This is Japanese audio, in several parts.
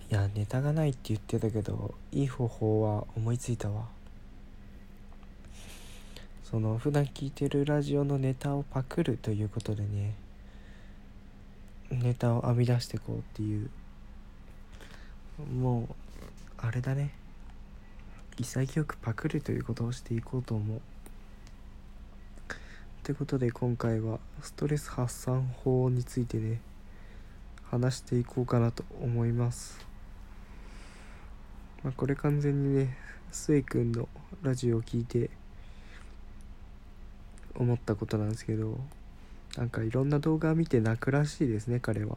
いや、ネタがないって言ってたけど、いい方法は思いついたわ。その普段聞いてるラジオのネタをパクるということでね、ネタを編み出していこうっていう、もうあれだね、潔くパクるということをしていこうと思う。ってことで今回はストレス発散法についてね、話していこうかなと思います。これ完全にね、末くんのラジオを聞いて思ったことなんですけど、なんかいろんな動画見て泣くらしいですね、彼は。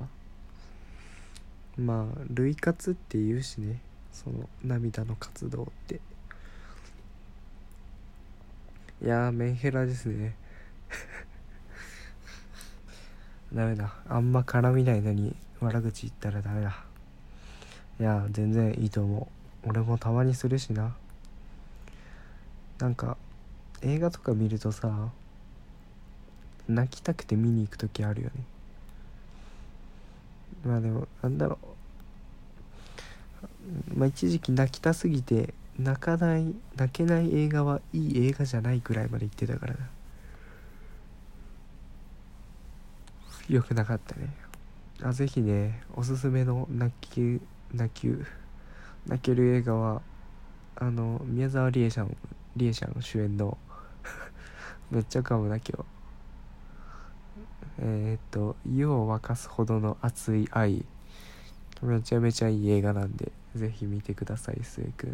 涙活って言うしね、その涙の活動って。いやー、メンヘラですね。ダメだ、あんま絡みないのに悪口言ったらダメだ。いやー、全然いいと思う。俺もたまにするしな。なんか映画とか見るとさ、泣きたくて見に行く時あるよね。でもなんだろう、一時期泣きたすぎて泣けない映画はいい映画じゃないぐらいまで言ってたからな。よくなかったね。ぜひね、おすすめの泣ける映画は宮沢りえちゃん主演のめっちゃ噛むな今日。湯を沸かすほどの熱い愛、めちゃめちゃいい映画なんでぜひ見てください、末くん。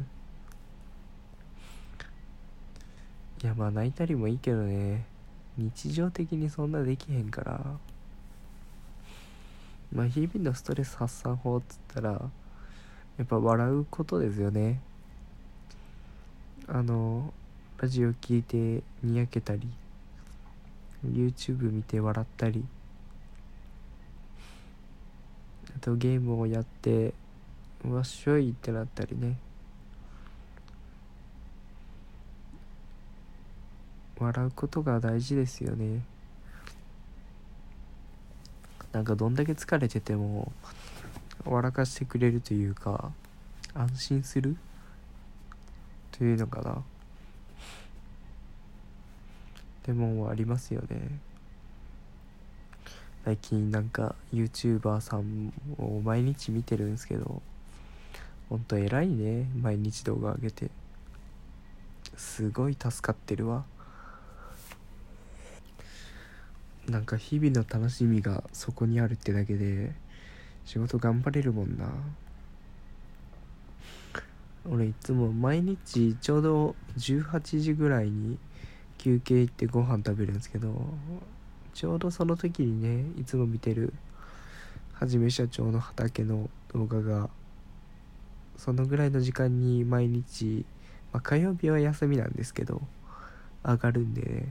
いや、泣いたりもいいけどね、日常的にそんなできへんから。日々のストレス発散法っつったらやっぱ笑うことですよね。ラジオ聞いてにやけたり、 YouTube 見て笑ったり、あとゲームをやってわっしょいってなったりね。笑うことが大事ですよね。なんかどんだけ疲れてても笑かしてくれるというか、安心するというのかな、でもありますよね。最近なんか YouTuber さんを毎日見てるんですけど、ほんと偉いね、毎日動画上げて。すごい助かってるわ。なんか日々の楽しみがそこにあるってだけで仕事頑張れるもんな。俺いつも毎日ちょうど18時ぐらいに休憩行ってご飯食べるんですけど、ちょうどその時にね、いつも見てるはじめ社長の畑の動画がそのぐらいの時間に毎日、火曜日は休みなんですけど上がるんでね、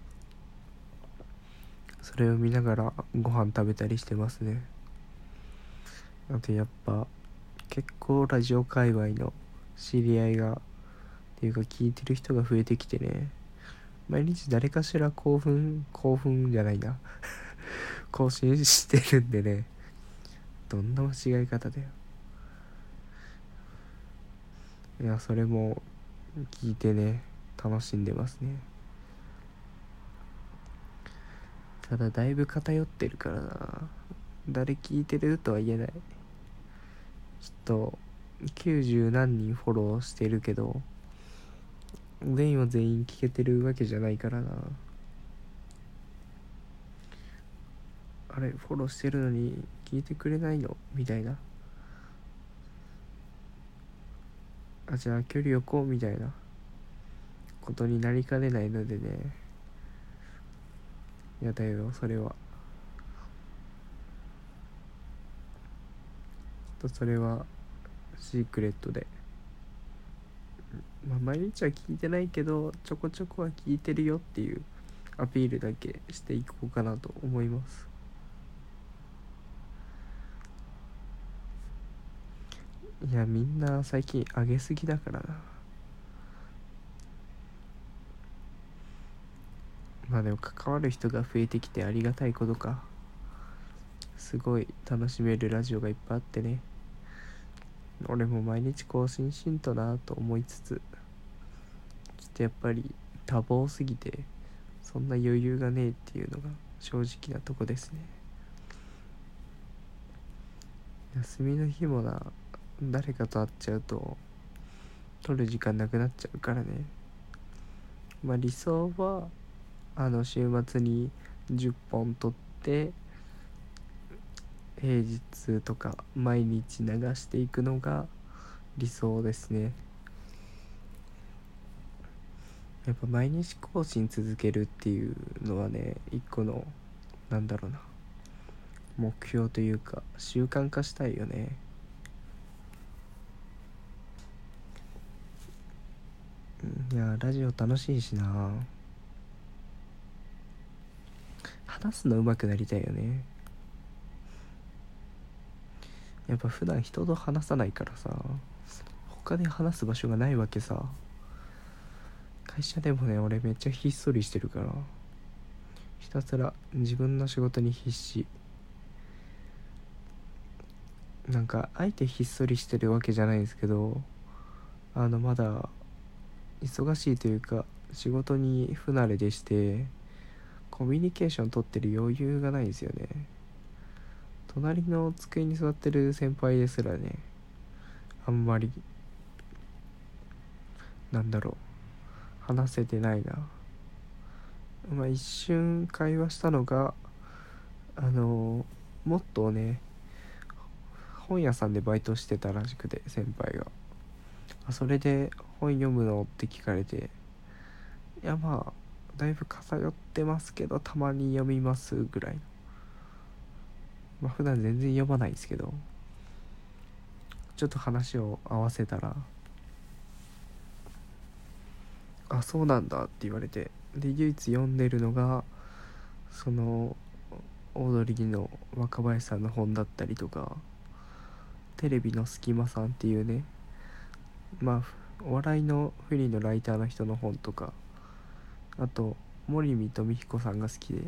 それを見ながらご飯食べたりしてますね。あとやっぱ結構ラジオ界隈の知り合いがっていうか聞いてる人が増えてきてね、毎日誰かしら興奮じゃないな更新してるんでね。どんな間違い方だよ。いや、それも聞いてね、楽しんでますね。ただだいぶ偏ってるからな、誰聞いてるとは言えない。ちょっと90何人フォローしてるけど全員は全員聞けてるわけじゃないからな。あれフォローしてるのに聞いてくれないのみたいな、じゃあ距離置こうみたいなことになりかねないのでね、やだよそれは。それはシークレットで、毎日は聞いてないけどちょこちょこは聞いてるよっていうアピールだけしていこうかなと思います。いや、みんな最近上げすぎだからな。でも関わる人が増えてきてありがたいことか。すごい楽しめるラジオがいっぱいあってね。 俺も毎日更新しんとなと思いつつ、ちょっとやっぱり多忙すぎてそんな余裕がねえっていうのが正直なとこですね。休みの日もな、誰かと会っちゃうと取る時間なくなっちゃうからね。まあ理想は週末に10本取って平日とか毎日流していくのが理想ですね。やっぱ毎日更新続けるっていうのはね、一個のなんだろうな、目標というか習慣化したいよね。いやラジオ楽しいしな、話すの上手くなりたいよね。やっぱ普段人と話さないからさ、他で話す場所がないわけさ。会社でもね、俺めっちゃひっそりしてるから、ひたすら自分の仕事に必死。なんかあえてひっそりしてるわけじゃないんですけど、まだ忙しいというか仕事に不慣れでして、コミュニケーション取ってる余裕がないんですよね。隣の机に座ってる先輩ですらね、あんまりなんだろう、話せてないな。まあ一瞬会話したのが、もっとね、本屋さんでバイトしてたらしくて、先輩がそれで本読むのって聞かれて、いやまあだいぶ偏ってますけどたまに読みますぐらいの、まあ普段全然読まないんですけど、ちょっと話を合わせたら、あそうなんだって言われて、で唯一読んでるのがそのオードリーの若林さんの本だったりとか、テレビの隙間さんっていうね、まあお笑いのフリーのライターの人の本とか、あと森見と美彦さんが好きで、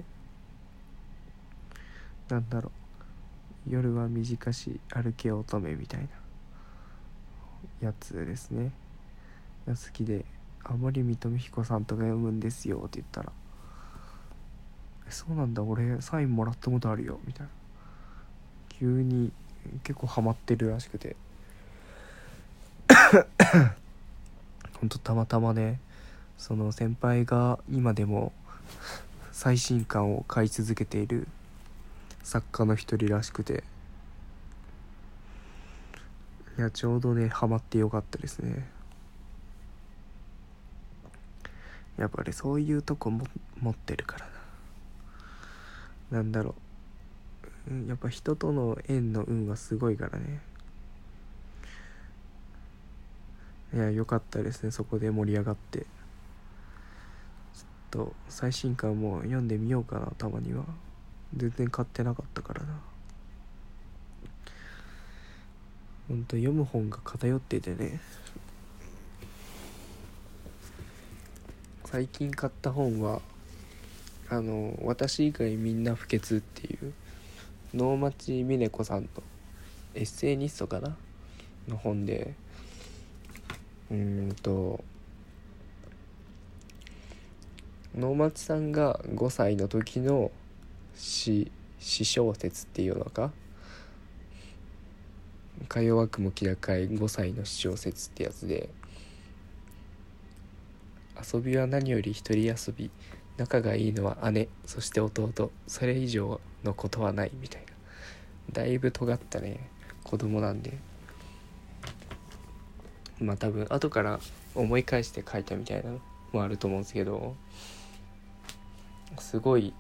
なんだろう、夜は短し歩け乙女みたいなやつですねが好きで、森見と美彦さんとか読むんですよって言ったら、そうなんだ、俺サインもらったことあるよみたいな、急に結構ハマってるらしくて、ほんとたまたまね、その先輩が今でも最新刊を買い続けている作家の一人らしくて、いやちょうどねハマってよかったですね。やっぱりそういうとこも持ってるからな、なんだろう、やっぱ人との縁の運はすごいからね。いや良かったですね、そこで盛り上がって。ちょっと最新刊も読んでみようかな、たまには。全然買ってなかったからな。ほんと読む本が偏っててね、最近買った本は私以外みんな不潔っていう能町みね子さんのエッセイニストかなの本で、能町さんが5歳の時の詩小説っていうのか、か弱くも気高い5歳の詩小説ってやつで、遊びは何より一人遊び、仲がいいのは姉、そして弟、それ以上のことはないみたいな、だいぶ尖ったね子供なんで、まあ多分後から思い返して書いたみたいなのもあると思うんですけど、すごい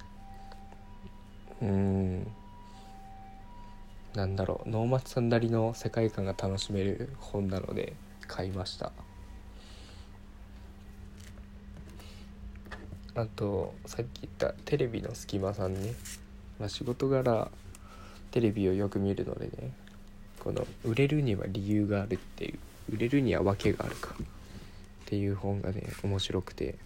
なんだろう、能町さんなりの世界観が楽しめる本なので買いました。あとさっき言ったテレビの隙間さんね、仕事柄テレビをよく見るのでね、この売れるには理由があるっていう、売れるには訳があるかっていう本がね面白くて、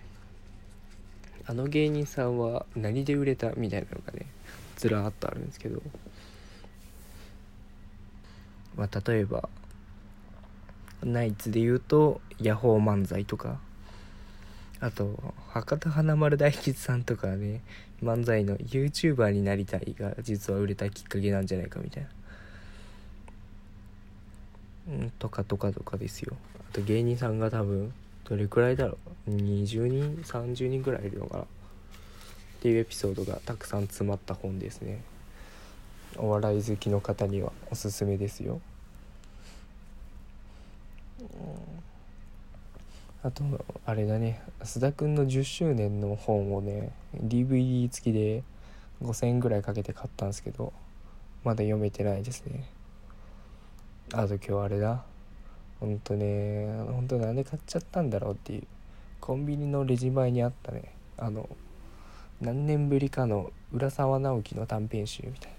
芸人さんは何で売れたみたいなのがねずらーっとあるんですけど、 例えばナイツで言うとヤホー漫才とか、あと博多華丸大吉さんとかね、漫才の YouTuber になりたいが実は売れたきっかけなんじゃないかみたいな、とかですよ。あと芸人さんが多分どれくらいだろう、20人30人くらいいるのかなっていうエピソードがたくさん詰まった本ですね。お笑い好きの方にはおすすめですよ。あとあれだね、須田くんの10周年の本をね DVD 付きで5000円ぐらいかけて買ったんですけど、まだ読めてないですね。あと今日あれだ、ほんとなんで買っちゃったんだろうっていう、コンビニのレジ前にあったね、何年ぶりかの浦沢直樹の短編集みたい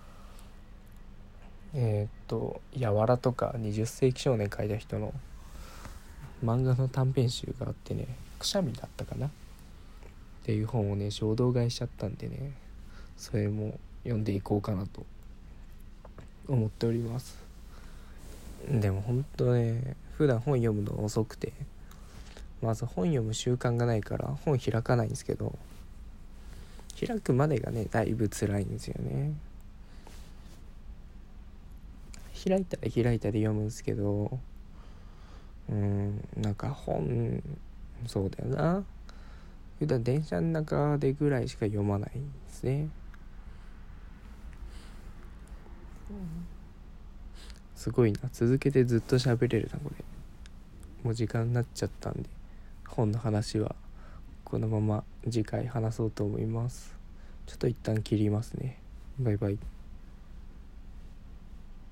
な、やわらとか20世紀少年書いた人の漫画の短編集があってね、くしゃみだったかなっていう本をね衝動買いしちゃったんでね、それも読んでいこうかなと思っております。でもほんとね、普段本読むの遅くて、まず本読む習慣がないから本開かないんですけど、開くまでがねだいぶ辛いんですよね。開いたら開いたで読むんですけど、なんか本、そうだよな、普段電車の中でぐらいしか読まないですね。すごいな、続けてずっと喋れるなこれ。もう時間になっちゃったんで、本の話はこのまま次回話そうと思います。ちょっと一旦切りますね。バイバイ。